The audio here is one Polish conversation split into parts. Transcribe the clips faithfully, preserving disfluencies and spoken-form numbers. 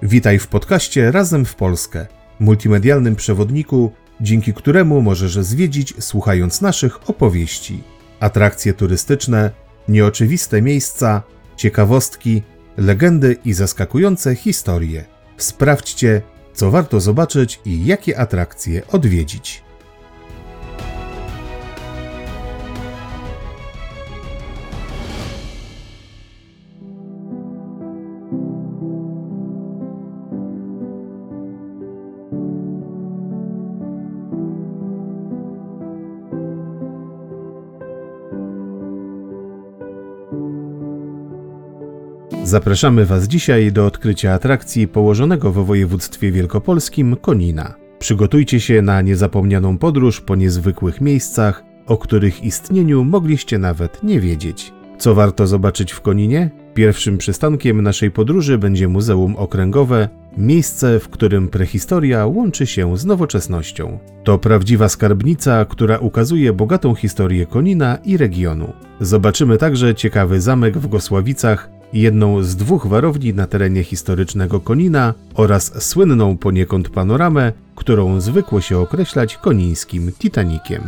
Witaj w podcaście Razem w Polskę, multimedialnym przewodniku, dzięki któremu możesz zwiedzić, słuchając naszych opowieści. Atrakcje turystyczne, nieoczywiste miejsca, ciekawostki, legendy i zaskakujące historie. Sprawdźcie, co warto zobaczyć i jakie atrakcje odwiedzić. Zapraszamy Was dzisiaj do odkrycia atrakcji położonego w województwie wielkopolskim Konina. Przygotujcie się na niezapomnianą podróż po niezwykłych miejscach, o których istnieniu mogliście nawet nie wiedzieć. Co warto zobaczyć w Koninie? Pierwszym przystankiem naszej podróży będzie Muzeum Okręgowe, miejsce, w którym prehistoria łączy się z nowoczesnością. To prawdziwa skarbnica, która ukazuje bogatą historię Konina i regionu. Zobaczymy także ciekawy zamek w Gosławicach, jedną z dwóch warowni na terenie historycznego Konina oraz słynną poniekąd panoramę, którą zwykło się określać konińskim Titanikiem.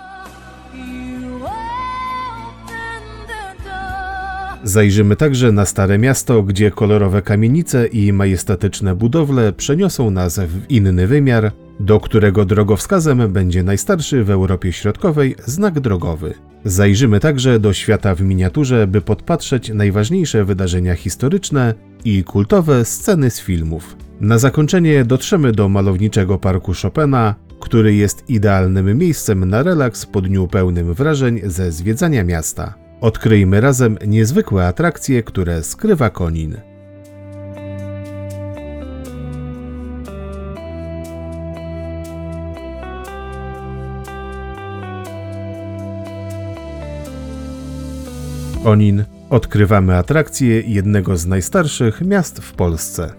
Zajrzymy także na Stare Miasto, gdzie kolorowe kamienice i majestatyczne budowle przeniosą nas w inny wymiar, do którego drogowskazem będzie najstarszy w Europie Środkowej znak drogowy. Zajrzymy także do świata w miniaturze, by podpatrzeć najważniejsze wydarzenia historyczne i kultowe sceny z filmów. Na zakończenie dotrzemy do malowniczego parku Chopina, który jest idealnym miejscem na relaks po dniu pełnym wrażeń ze zwiedzania miasta. Odkryjmy razem niezwykłe atrakcje, które skrywa Konin. Konin. Odkrywamy atrakcje jednego z najstarszych miast w Polsce.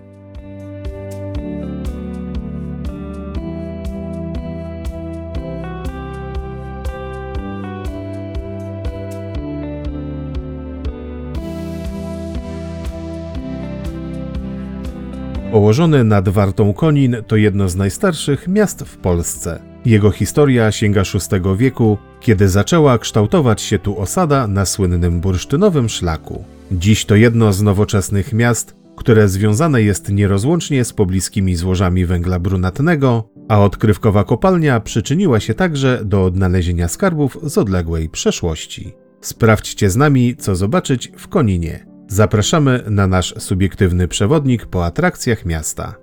Położony nad Wartą Konin to jedno z najstarszych miast w Polsce. Jego historia sięga szóstego wieku, kiedy zaczęła kształtować się tu osada na słynnym bursztynowym szlaku. Dziś to jedno z nowoczesnych miast, które związane jest nierozłącznie z pobliskimi złożami węgla brunatnego, a odkrywkowa kopalnia przyczyniła się także do odnalezienia skarbów z odległej przeszłości. Sprawdźcie z nami, co zobaczyć w Koninie. Zapraszamy na nasz subiektywny przewodnik po atrakcjach miasta.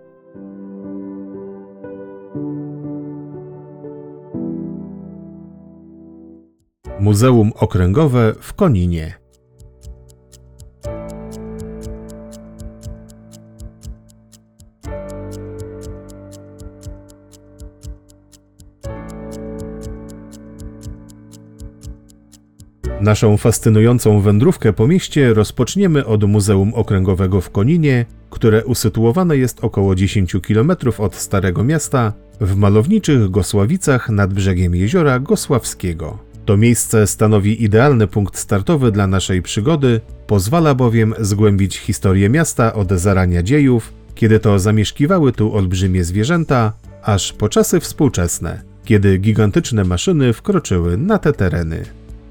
Muzeum Okręgowe w Koninie. Naszą fascynującą wędrówkę po mieście rozpoczniemy od Muzeum Okręgowego w Koninie, które usytuowane jest około dziesięć kilometrów od Starego Miasta w malowniczych Gosławicach nad brzegiem jeziora Gosławskiego. To miejsce stanowi idealny punkt startowy dla naszej przygody, pozwala bowiem zgłębić historię miasta od zarania dziejów, kiedy to zamieszkiwały tu olbrzymie zwierzęta, aż po czasy współczesne, kiedy gigantyczne maszyny wkroczyły na te tereny.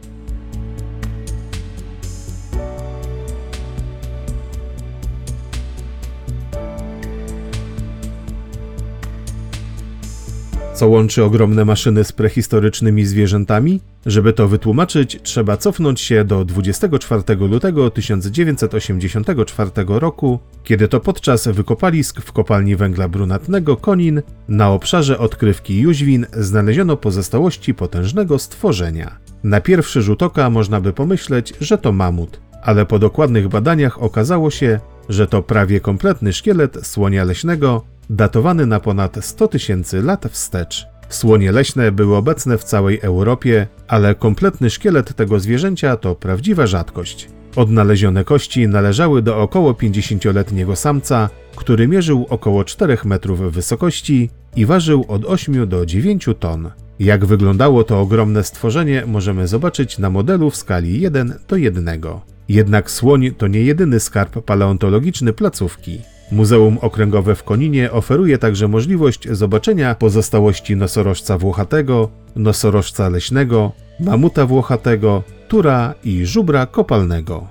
Co łączy ogromne maszyny z prehistorycznymi zwierzętami? Żeby to wytłumaczyć, trzeba cofnąć się do dwudziestego czwartego lutego tysiąc dziewięćset osiemdziesiątego czwartego roku, kiedy to podczas wykopalisk w kopalni węgla brunatnego Konin na obszarze odkrywki Jóźwin znaleziono pozostałości potężnego stworzenia. Na pierwszy rzut oka można by pomyśleć, że to mamut, ale po dokładnych badaniach okazało się, że to prawie kompletny szkielet słonia leśnego, datowany na ponad sto tysięcy lat wstecz. Słonie leśne były obecne w całej Europie, ale kompletny szkielet tego zwierzęcia to prawdziwa rzadkość. Odnalezione kości należały do około pięćdziesięcioletniego samca, który mierzył około czterech metrów wysokości i ważył od ośmiu do dziewięciu ton. Jak wyglądało to ogromne stworzenie, możemy zobaczyć na modelu w skali jeden do jednego. Jednak słoń to nie jedyny skarb paleontologiczny placówki. Muzeum Okręgowe w Koninie oferuje także możliwość zobaczenia pozostałości nosorożca włochatego, nosorożca leśnego, mamuta włochatego, tura i żubra kopalnego.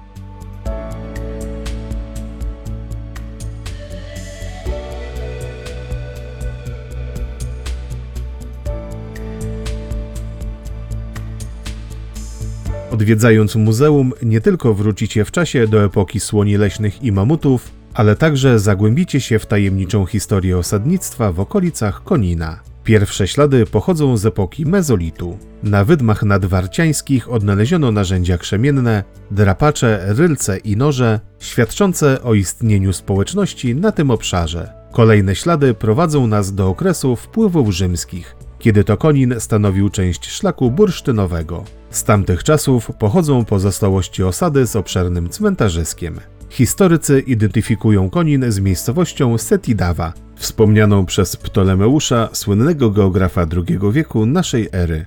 Odwiedzając muzeum, nie tylko wrócicie w czasie do epoki słoni leśnych i mamutów, ale także zagłębicie się w tajemniczą historię osadnictwa w okolicach Konina. Pierwsze ślady pochodzą z epoki mezolitu. Na wydmach nadwarciańskich odnaleziono narzędzia krzemienne, drapacze, rylce i noże, świadczące o istnieniu społeczności na tym obszarze. Kolejne ślady prowadzą nas do okresu wpływów rzymskich, kiedy to Konin stanowił część szlaku bursztynowego. Z tamtych czasów pochodzą pozostałości osady z obszernym cmentarzyskiem. Historycy identyfikują Konin z miejscowością Setidawa, wspomnianą przez Ptolemeusza, słynnego geografa drugiego wieku naszej ery.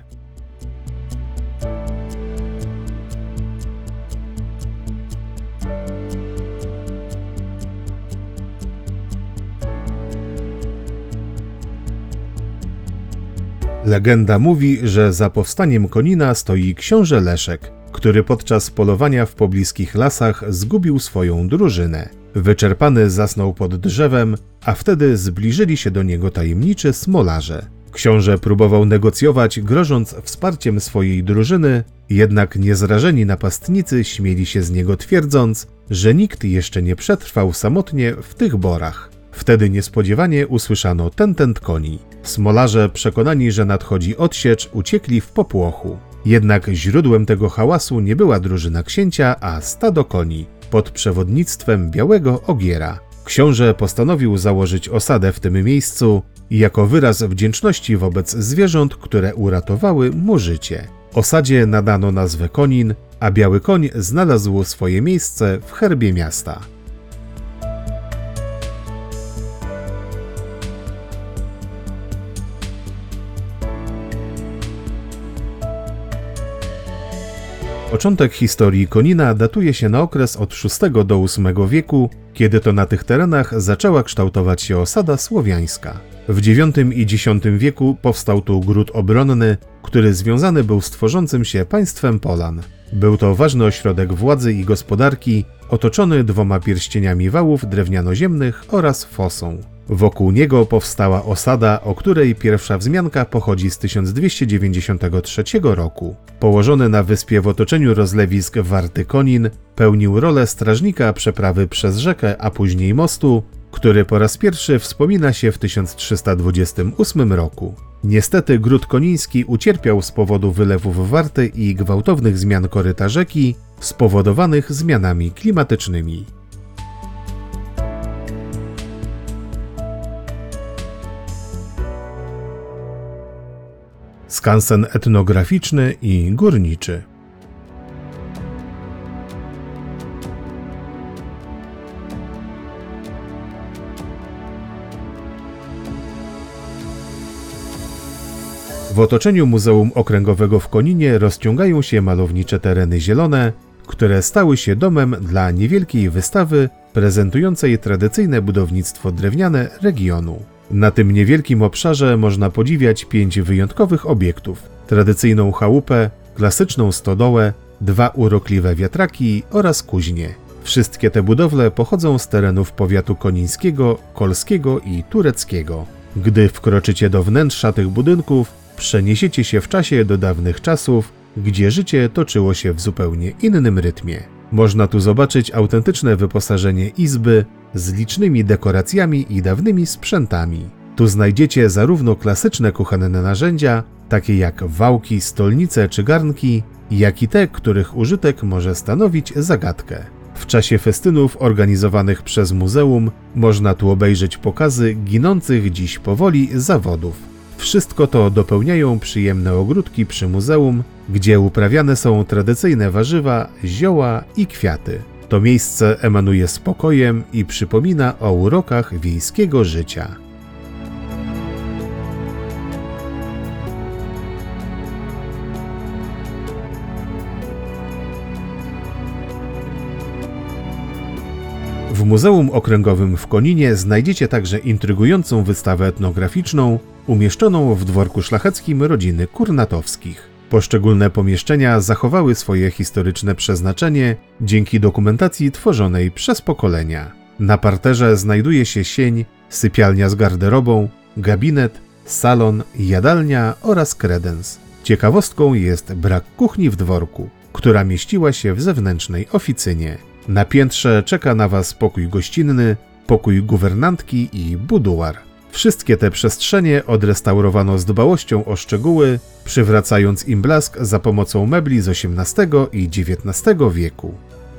Legenda mówi, że za powstaniem Konina stoi książę Leszek, który podczas polowania w pobliskich lasach zgubił swoją drużynę. Wyczerpany zasnął pod drzewem, a wtedy zbliżyli się do niego tajemniczy smolarze. Książę próbował negocjować, grożąc wsparciem swojej drużyny, jednak niezrażeni napastnicy śmieli się z niego, twierdząc, że nikt jeszcze nie przetrwał samotnie w tych borach. Wtedy niespodziewanie usłyszano tentent koni. Smolarze, przekonani, że nadchodzi odsiecz, uciekli w popłochu. Jednak źródłem tego hałasu nie była drużyna księcia, a stado koni pod przewodnictwem białego ogiera. Książę postanowił założyć osadę w tym miejscu jako wyraz wdzięczności wobec zwierząt, które uratowały mu życie. Osadzie nadano nazwę Konin, a biały koń znalazł swoje miejsce w herbie miasta. Początek historii Konina datuje się na okres od szóstego do ósmego wieku, kiedy to na tych terenach zaczęła kształtować się osada słowiańska. W dziewiątym i dziesiątym wieku powstał tu gród obronny, który związany był z tworzącym się państwem Polan. Był to ważny ośrodek władzy i gospodarki, otoczony dwoma pierścieniami wałów drewnianoziemnych oraz fosą. Wokół niego powstała osada, o której pierwsza wzmianka pochodzi z tysiąc dwieście dziewięćdziesiątego trzeciego roku. Położony na wyspie w otoczeniu rozlewisk warty Konin pełnił rolę strażnika przeprawy przez rzekę, a później mostu, który po raz pierwszy wspomina się w tysiąc trzysta dwudziestym ósmym roku. Niestety gród koniński ucierpiał z powodu wylewów Warty i gwałtownych zmian koryta rzeki spowodowanych zmianami klimatycznymi. Skansen etnograficzny i górniczy. W otoczeniu Muzeum Okręgowego w Koninie rozciągają się malownicze tereny zielone, które stały się domem dla niewielkiej wystawy prezentującej tradycyjne budownictwo drewniane regionu. Na tym niewielkim obszarze można podziwiać pięć wyjątkowych obiektów: tradycyjną chałupę, klasyczną stodołę, dwa urokliwe wiatraki oraz kuźnię. Wszystkie te budowle pochodzą z terenów powiatu konińskiego, kolskiego i tureckiego. Gdy wkroczycie do wnętrza tych budynków, przeniesiecie się w czasie do dawnych czasów, gdzie życie toczyło się w zupełnie innym rytmie. Można tu zobaczyć autentyczne wyposażenie izby z licznymi dekoracjami i dawnymi sprzętami. Tu znajdziecie zarówno klasyczne kuchenne narzędzia, takie jak wałki, stolnice czy garnki, jak i te, których użytek może stanowić zagadkę. W czasie festynów organizowanych przez muzeum można tu obejrzeć pokazy ginących dziś powoli zawodów. Wszystko to dopełniają przyjemne ogródki przy muzeum, gdzie uprawiane są tradycyjne warzywa, zioła i kwiaty. To miejsce emanuje spokojem i przypomina o urokach wiejskiego życia. W Muzeum Okręgowym w Koninie znajdziecie także intrygującą wystawę etnograficzną umieszczoną w dworku szlacheckim rodziny Kurnatowskich. Poszczególne pomieszczenia zachowały swoje historyczne przeznaczenie dzięki dokumentacji tworzonej przez pokolenia. Na parterze znajduje się sień, sypialnia z garderobą, gabinet, salon, jadalnia oraz kredens. Ciekawostką jest brak kuchni w dworku, która mieściła się w zewnętrznej oficynie. Na piętrze czeka na Was pokój gościnny, pokój guwernantki i buduar. Wszystkie te przestrzenie odrestaurowano z dbałością o szczegóły, przywracając im blask za pomocą mebli z osiemnastego i dziewiętnastego wieku.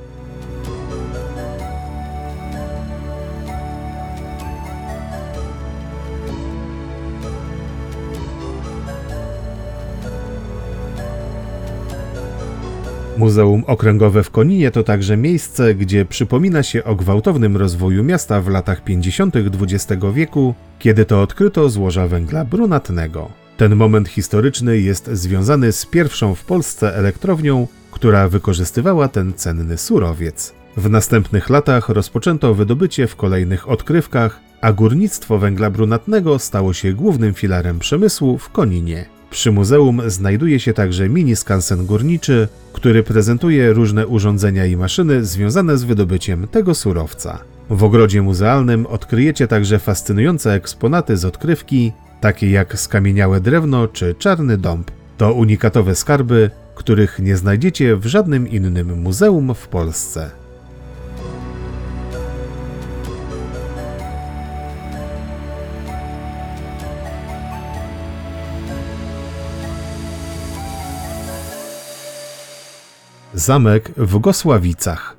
Muzeum Okręgowe w Koninie to także miejsce, gdzie przypomina się o gwałtownym rozwoju miasta w latach pięćdziesiątych dwudziestego wieku, kiedy to odkryto złoża węgla brunatnego. Ten moment historyczny jest związany z pierwszą w Polsce elektrownią, która wykorzystywała ten cenny surowiec. W następnych latach rozpoczęto wydobycie w kolejnych odkrywkach, a górnictwo węgla brunatnego stało się głównym filarem przemysłu w Koninie. Przy muzeum znajduje się także mini skansen górniczy, który prezentuje różne urządzenia i maszyny związane z wydobyciem tego surowca. W ogrodzie muzealnym odkryjecie także fascynujące eksponaty z odkrywki, takie jak skamieniałe drewno czy czarny dąb. To unikatowe skarby, których nie znajdziecie w żadnym innym muzeum w Polsce. Zamek w Gosławicach.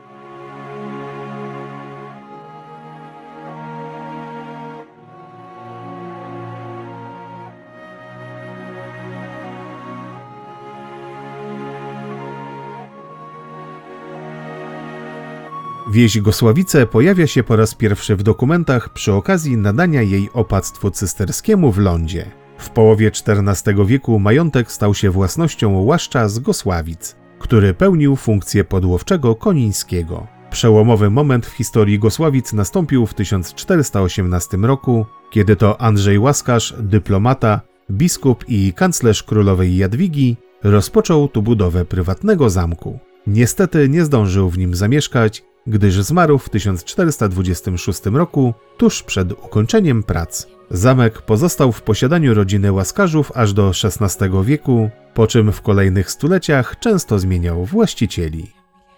Wieś Gosławice pojawia się po raz pierwszy w dokumentach przy okazji nadania jej opactwu cysterskiemu w Lądzie. W połowie czternastego wieku majątek stał się własnością łaszcza z Gosławic, który pełnił funkcję podłowczego Konińskiego. Przełomowy moment w historii Gosławic nastąpił w tysiąc czterysta osiemnastym roku, kiedy to Andrzej Łaskarz, dyplomata, biskup i kanclerz królowej Jadwigi, rozpoczął tu budowę prywatnego zamku. Niestety nie zdążył w nim zamieszkać, gdyż zmarł w tysiąc czterysta dwudziestym szóstym roku, tuż przed ukończeniem prac. Zamek pozostał w posiadaniu rodziny Łaskarzów aż do szesnastego wieku, po czym w kolejnych stuleciach często zmieniał właścicieli.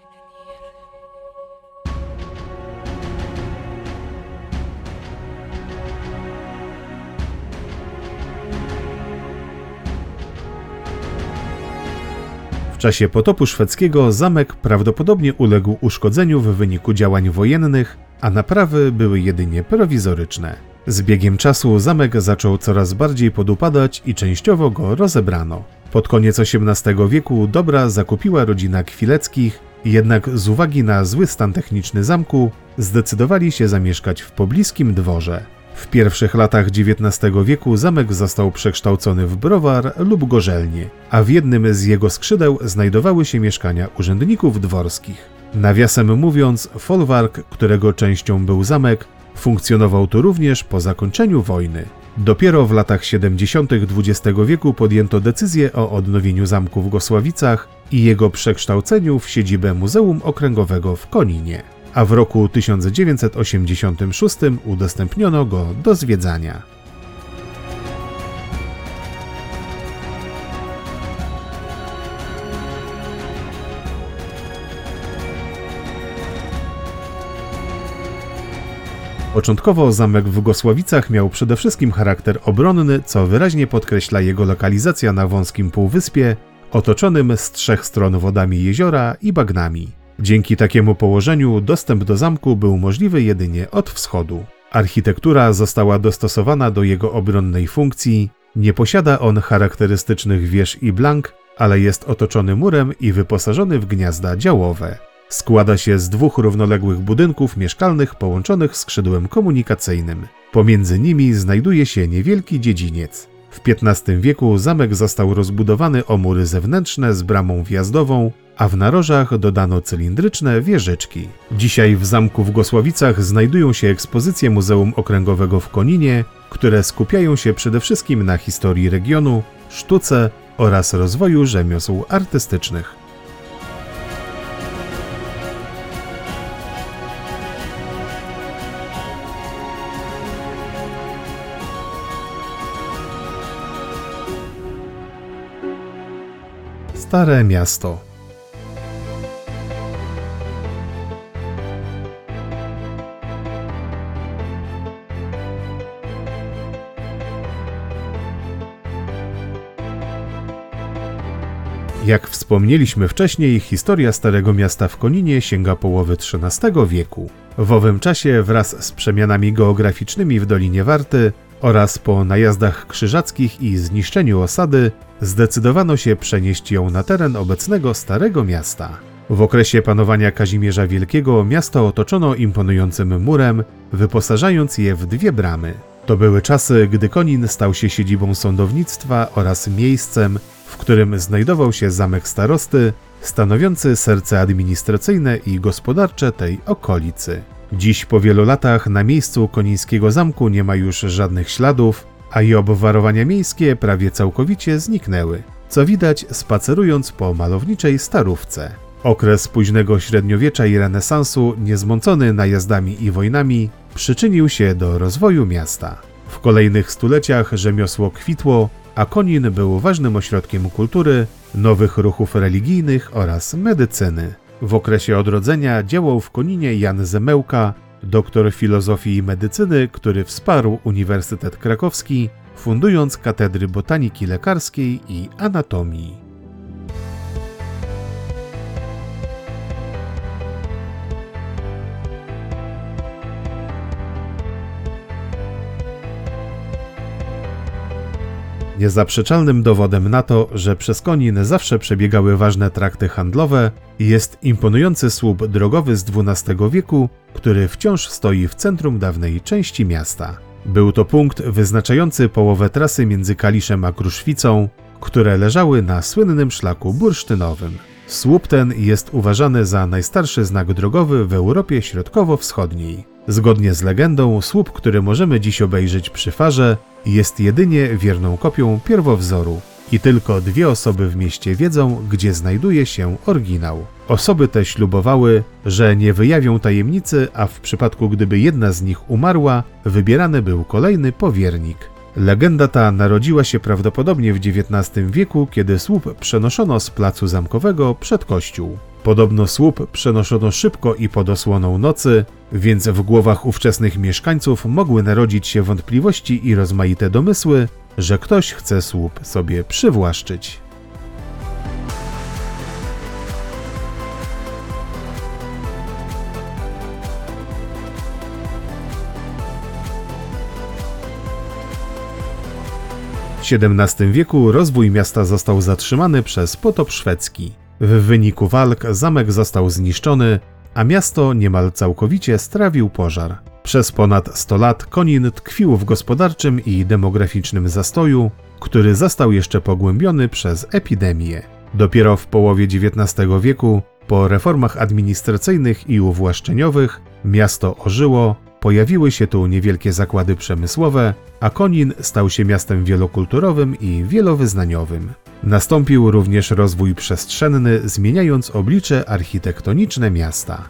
W czasie potopu szwedzkiego zamek prawdopodobnie uległ uszkodzeniu w wyniku działań wojennych, a naprawy były jedynie prowizoryczne. Z biegiem czasu zamek zaczął coraz bardziej podupadać i częściowo go rozebrano. Pod koniec osiemnastego wieku dobra zakupiła rodzina Kwileckich, jednak z uwagi na zły stan techniczny zamku zdecydowali się zamieszkać w pobliskim dworze. W pierwszych latach dziewiętnastego wieku zamek został przekształcony w browar lub gorzelnię, a w jednym z jego skrzydeł znajdowały się mieszkania urzędników dworskich. Nawiasem mówiąc, folwark, którego częścią był zamek, funkcjonował tu również po zakończeniu wojny. Dopiero w latach siedemdziesiątych dwudziestego wieku podjęto decyzję o odnowieniu zamku w Gosławicach i jego przekształceniu w siedzibę Muzeum Okręgowego w Koninie, a w roku tysiąc dziewięćset osiemdziesiątym szóstym udostępniono go do zwiedzania. Początkowo zamek w Gosławicach miał przede wszystkim charakter obronny, co wyraźnie podkreśla jego lokalizacja na wąskim półwyspie, otoczonym z trzech stron wodami jeziora i bagnami. Dzięki takiemu położeniu dostęp do zamku był możliwy jedynie od wschodu. Architektura została dostosowana do jego obronnej funkcji, nie posiada on charakterystycznych wież i blank, ale jest otoczony murem i wyposażony w gniazda działowe. Składa się z dwóch równoległych budynków mieszkalnych połączonych skrzydłem komunikacyjnym. Pomiędzy nimi znajduje się niewielki dziedziniec. W piętnastym wieku zamek został rozbudowany o mury zewnętrzne z bramą wjazdową, a w narożach dodano cylindryczne wieżyczki. Dzisiaj w zamku w Gosłowicach znajdują się ekspozycje Muzeum Okręgowego w Koninie, które skupiają się przede wszystkim na historii regionu, sztuce oraz rozwoju rzemiosł artystycznych. Stare Miasto. Jak wspomnieliśmy wcześniej, historia Starego Miasta w Koninie sięga połowy trzynastego wieku. W owym czasie wraz z przemianami geograficznymi w Dolinie Warty oraz po najazdach krzyżackich i zniszczeniu osady zdecydowano się przenieść ją na teren obecnego Starego Miasta. W okresie panowania Kazimierza Wielkiego miasto otoczono imponującym murem, wyposażając je w dwie bramy. To były czasy, gdy Konin stał się siedzibą sądownictwa oraz miejscem, w którym znajdował się zamek starosty, stanowiący serce administracyjne i gospodarcze tej okolicy. Dziś po wielu latach na miejscu konińskiego zamku nie ma już żadnych śladów, a i obwarowania miejskie prawie całkowicie zniknęły, co widać spacerując po malowniczej Starówce. Okres późnego średniowiecza i renesansu, niezmącony najazdami i wojnami, przyczynił się do rozwoju miasta. W kolejnych stuleciach rzemiosło kwitło, a Konin był ważnym ośrodkiem kultury, nowych ruchów religijnych oraz medycyny. W okresie odrodzenia działał w Koninie Jan Zemełka, doktor filozofii i medycyny, który wsparł Uniwersytet Krakowski, fundując katedry botaniki lekarskiej i anatomii. Niezaprzeczalnym dowodem na to, że przez Konin zawsze przebiegały ważne trakty handlowe, jest imponujący słup drogowy z dwunastego wieku, który wciąż stoi w centrum dawnej części miasta. Był to punkt wyznaczający połowę trasy między Kaliszem a Kruszwicą, które leżały na słynnym szlaku bursztynowym. Słup ten jest uważany za najstarszy znak drogowy w Europie Środkowo-Wschodniej. Zgodnie z legendą, słup, który możemy dziś obejrzeć przy farze, jest jedynie wierną kopią pierwowzoru i tylko dwie osoby w mieście wiedzą, gdzie znajduje się oryginał. Osoby te ślubowały, że nie wyjawią tajemnicy, a w przypadku gdyby jedna z nich umarła, wybierany był kolejny powiernik. Legenda ta narodziła się prawdopodobnie w dziewiętnastym wieku, kiedy słup przenoszono z placu zamkowego przed kościół. Podobno słup przenoszono szybko i pod osłoną nocy, więc w głowach ówczesnych mieszkańców mogły narodzić się wątpliwości i rozmaite domysły, że ktoś chce słup sobie przywłaszczyć. W siedemnastym wieku rozwój miasta został zatrzymany przez potop szwedzki. W wyniku walk zamek został zniszczony, a miasto niemal całkowicie strawił pożar. Przez ponad sto lat Konin tkwił w gospodarczym i demograficznym zastoju, który został jeszcze pogłębiony przez epidemię. Dopiero w połowie dziewiętnastego wieku, po reformach administracyjnych i uwłaszczeniowych, miasto ożyło, pojawiły się tu niewielkie zakłady przemysłowe, a Konin stał się miastem wielokulturowym i wielowyznaniowym. Nastąpił również rozwój przestrzenny, zmieniając oblicze architektoniczne miasta.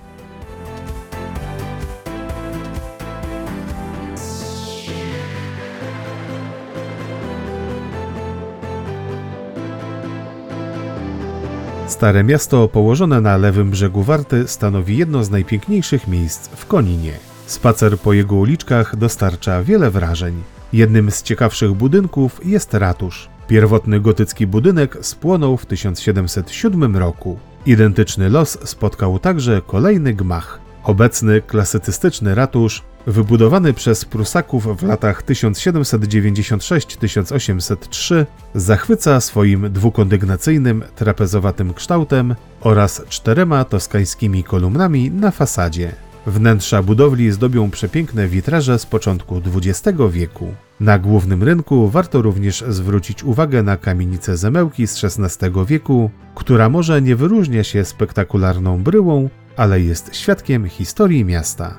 Stare Miasto, położone na lewym brzegu Warty, stanowi jedno z najpiękniejszych miejsc w Koninie. Spacer po jego uliczkach dostarcza wiele wrażeń. Jednym z ciekawszych budynków jest ratusz. Pierwotny gotycki budynek spłonął w tysiąc siedemset siódmym roku. Identyczny los spotkał także kolejny gmach. Obecny klasycystyczny ratusz, wybudowany przez Prusaków w latach tysiąc siedemset dziewięćdziesiąt sześć do tysiąc osiemset trzy, zachwyca swoim dwukondygnacyjnym, trapezowatym kształtem oraz czterema toskańskimi kolumnami na fasadzie. Wnętrza budowli zdobią przepiękne witraże z początku dwudziestego wieku. Na głównym rynku warto również zwrócić uwagę na kamienicę Zemełki z szesnastego wieku, która może nie wyróżnia się spektakularną bryłą, ale jest świadkiem historii miasta.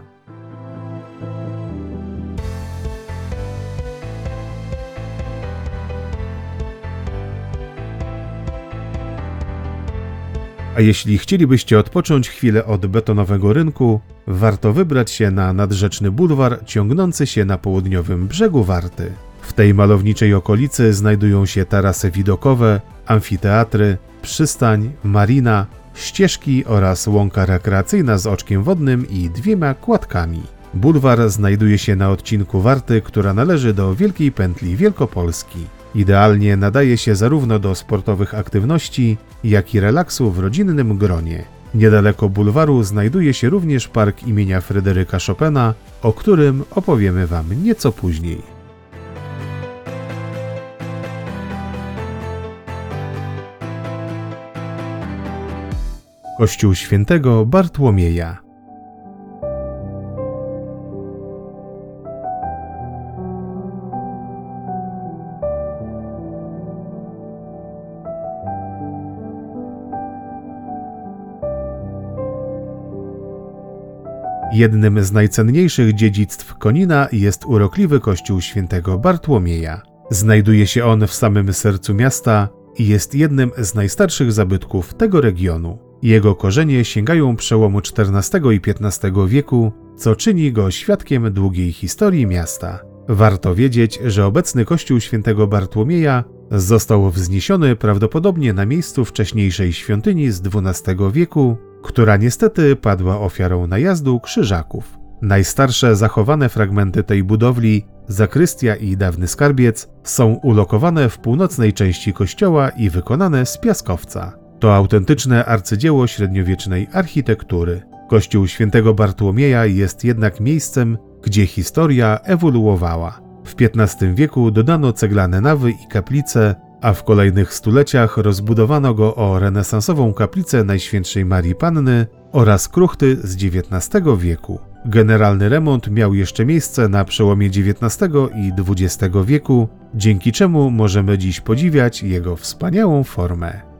A jeśli chcielibyście odpocząć chwilę od betonowego rynku, warto wybrać się na nadrzeczny bulwar ciągnący się na południowym brzegu Warty. W tej malowniczej okolicy znajdują się tarasy widokowe, amfiteatry, przystań, marina, ścieżki oraz łąka rekreacyjna z oczkiem wodnym i dwiema kładkami. Bulwar znajduje się na odcinku Warty, która należy do Wielkiej Pętli Wielkopolski. Idealnie nadaje się zarówno do sportowych aktywności, jak i relaksu w rodzinnym gronie. Niedaleko bulwaru znajduje się również park imienia Fryderyka Chopina, o którym opowiemy Wam nieco później. Kościół Świętego Bartłomieja. Jednym z najcenniejszych dziedzictw Konina jest urokliwy kościół Świętego Bartłomieja. Znajduje się on w samym sercu miasta i jest jednym z najstarszych zabytków tego regionu. Jego korzenie sięgają przełomu czternastego i piętnastego wieku, co czyni go świadkiem długiej historii miasta. Warto wiedzieć, że obecny kościół Świętego Bartłomieja został wzniesiony prawdopodobnie na miejscu wcześniejszej świątyni z dwunastego wieku, która niestety padła ofiarą najazdu krzyżaków. Najstarsze zachowane fragmenty tej budowli, zakrystia i dawny skarbiec, są ulokowane w północnej części kościoła i wykonane z piaskowca. To autentyczne arcydzieło średniowiecznej architektury. Kościół Świętego Bartłomieja jest jednak miejscem, gdzie historia ewoluowała. W piętnastym wieku dodano ceglane nawy i kaplice, a w kolejnych stuleciach rozbudowano go o renesansową kaplicę Najświętszej Marii Panny oraz kruchty z dziewiętnastego wieku. Generalny remont miał jeszcze miejsce na przełomie dziewiętnastego i dwudziestego wieku, dzięki czemu możemy dziś podziwiać jego wspaniałą formę.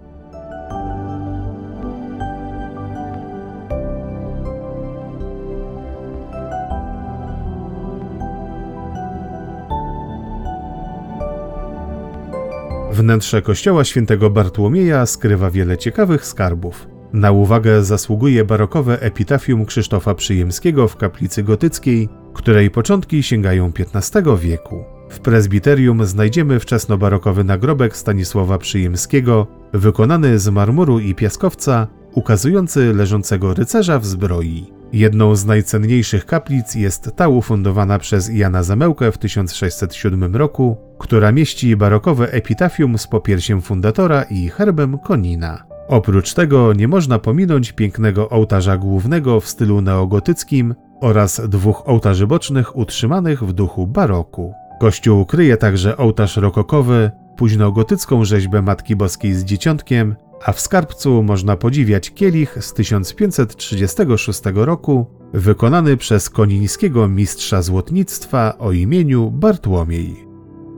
Wnętrze kościoła Świętego Bartłomieja skrywa wiele ciekawych skarbów. Na uwagę zasługuje barokowe epitafium Krzysztofa Przyjemskiego w kaplicy gotyckiej, której początki sięgają piętnastego wieku. W prezbiterium znajdziemy wczesnobarokowy nagrobek Stanisława Przyjemskiego, wykonany z marmuru i piaskowca, ukazujący leżącego rycerza w zbroi. Jedną z najcenniejszych kaplic jest ta ufundowana przez Jana Zemełkę w tysiąc sześćset siódmym roku, która mieści barokowe epitafium z popiersiem fundatora i herbem Konina. Oprócz tego nie można pominąć pięknego ołtarza głównego w stylu neogotyckim oraz dwóch ołtarzy bocznych utrzymanych w duchu baroku. Kościół kryje także ołtarz rokokowy, późnogotycką rzeźbę Matki Boskiej z Dzieciątkiem, a w skarbcu można podziwiać kielich z tysiąc pięćset trzydziestego szóstego roku, wykonany przez konińskiego mistrza złotnictwa o imieniu Bartłomiej.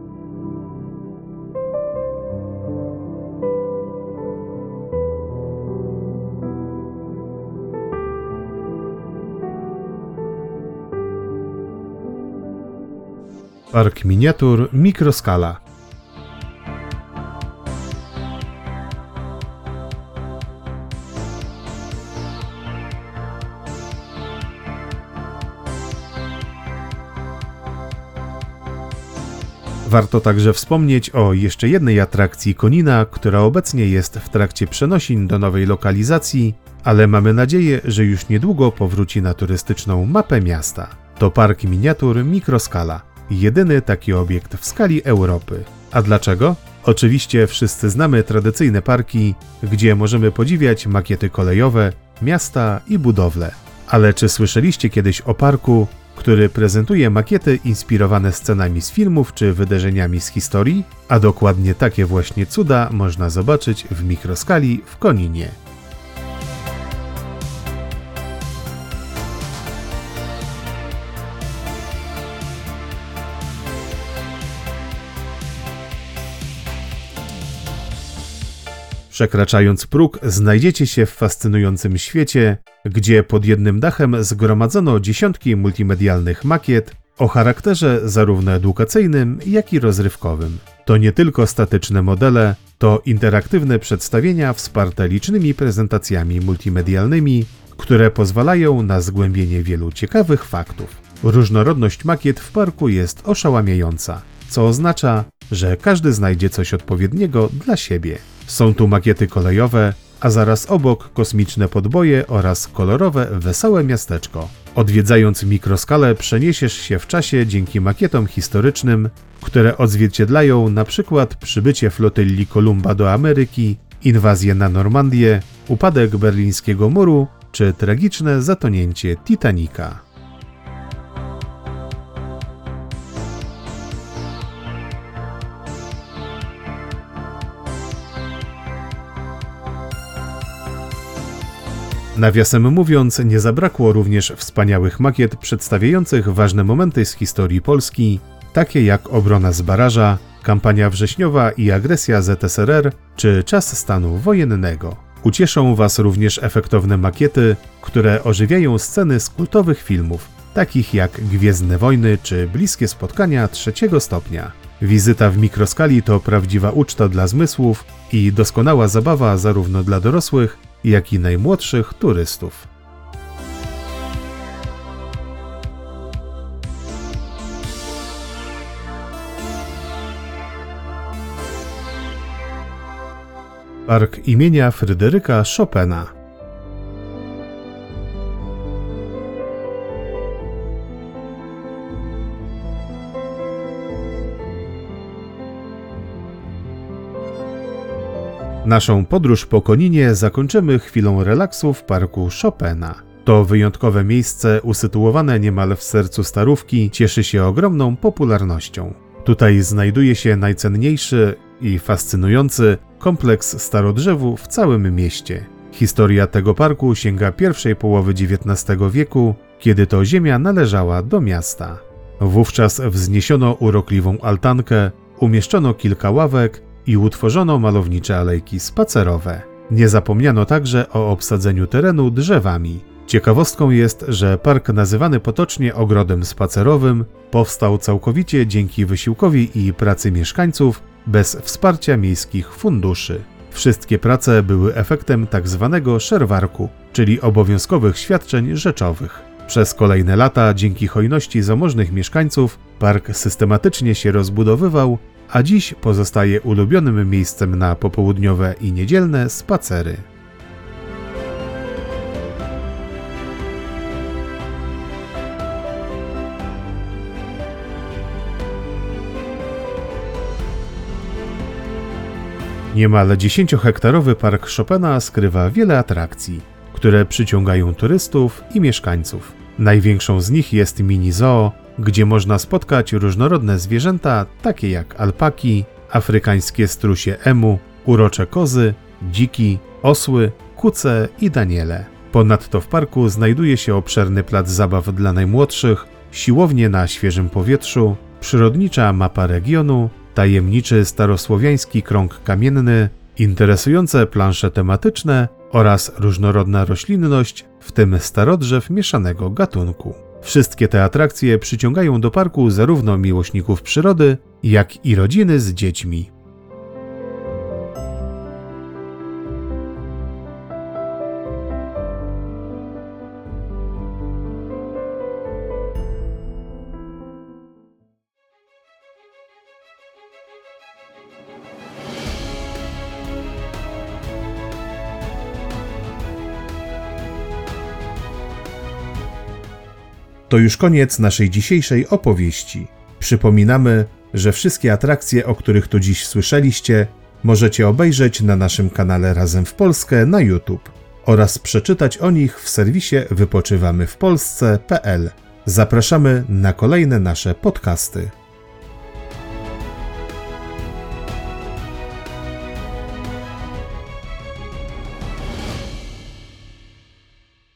Park miniatur Mikroskala. Warto także wspomnieć o jeszcze jednej atrakcji Konina, która obecnie jest w trakcie przenosin do nowej lokalizacji, ale mamy nadzieję, że już niedługo powróci na turystyczną mapę miasta. To park miniatur Mikroskala. Jedyny taki obiekt w skali Europy. A dlaczego? Oczywiście wszyscy znamy tradycyjne parki, gdzie możemy podziwiać makiety kolejowe, miasta i budowle. Ale czy słyszeliście kiedyś o parku, który prezentuje makiety inspirowane scenami z filmów czy wydarzeniami z historii? A dokładnie takie właśnie cuda można zobaczyć w Mikroskali w Koninie. Przekraczając próg, znajdziecie się w fascynującym świecie, gdzie pod jednym dachem zgromadzono dziesiątki multimedialnych makiet o charakterze zarówno edukacyjnym, jak i rozrywkowym. To nie tylko statyczne modele, to interaktywne przedstawienia wsparte licznymi prezentacjami multimedialnymi, które pozwalają na zgłębienie wielu ciekawych faktów. Różnorodność makiet w parku jest oszałamiająca, co oznacza, że każdy znajdzie coś odpowiedniego dla siebie. Są tu makiety kolejowe, a zaraz obok kosmiczne podboje oraz kolorowe, wesołe miasteczko. Odwiedzając mikroskalę przeniesiesz się w czasie dzięki makietom historycznym, które odzwierciedlają na przykład przybycie flotyli Kolumba do Ameryki, inwazję na Normandię, upadek berlińskiego muru czy tragiczne zatonięcie Titanica. Nawiasem mówiąc, nie zabrakło również wspaniałych makiet przedstawiających ważne momenty z historii Polski, takie jak obrona z Baraża, kampania wrześniowa i agresja Z S R R, czy czas stanu wojennego. Ucieszą Was również efektowne makiety, które ożywiają sceny z kultowych filmów, takich jak Gwiezdne Wojny czy Bliskie Spotkania trzeciego stopnia. Wizyta w mikroskali to prawdziwa uczta dla zmysłów i doskonała zabawa zarówno dla dorosłych, jak i najmłodszych turystów. Park imienia Fryderyka Chopina. Naszą podróż po Koninie zakończymy chwilą relaksu w parku Chopina. To wyjątkowe miejsce, usytuowane niemal w sercu Starówki, cieszy się ogromną popularnością. Tutaj znajduje się najcenniejszy i fascynujący kompleks starodrzewu w całym mieście. Historia tego parku sięga pierwszej połowy dziewiętnastego wieku, kiedy to ziemia należała do miasta. Wówczas wzniesiono urokliwą altankę, umieszczono kilka ławek i utworzono malownicze alejki spacerowe. Nie zapomniano także o obsadzeniu terenu drzewami. Ciekawostką jest, że park nazywany potocznie ogrodem spacerowym powstał całkowicie dzięki wysiłkowi i pracy mieszkańców bez wsparcia miejskich funduszy. Wszystkie prace były efektem tzw. szerwarku, czyli obowiązkowych świadczeń rzeczowych. Przez kolejne lata, dzięki hojności zamożnych mieszkańców, park systematycznie się rozbudowywał, a dziś pozostaje ulubionym miejscem na popołudniowe i niedzielne spacery. Niemal dziesięciohektarowy park Chopina skrywa wiele atrakcji, które przyciągają turystów i mieszkańców. Największą z nich jest mini zoo, gdzie można spotkać różnorodne zwierzęta takie jak alpaki, afrykańskie strusie emu, urocze kozy, dziki, osły, kuce i daniele. Ponadto w parku znajduje się obszerny plac zabaw dla najmłodszych, siłownie na świeżym powietrzu, przyrodnicza mapa regionu, tajemniczy starosłowiański krąg kamienny, interesujące plansze tematyczne oraz różnorodna roślinność, w tym starodrzew mieszanego gatunku. Wszystkie te atrakcje przyciągają do parku zarówno miłośników przyrody, jak i rodziny z dziećmi. To już koniec naszej dzisiejszej opowieści. Przypominamy, że wszystkie atrakcje, o których tu dziś słyszeliście, możecie obejrzeć na naszym kanale Razem w Polskę na YouTube oraz przeczytać o nich w serwisie wypoczywamy w polsce kropka p l. Zapraszamy na kolejne nasze podcasty.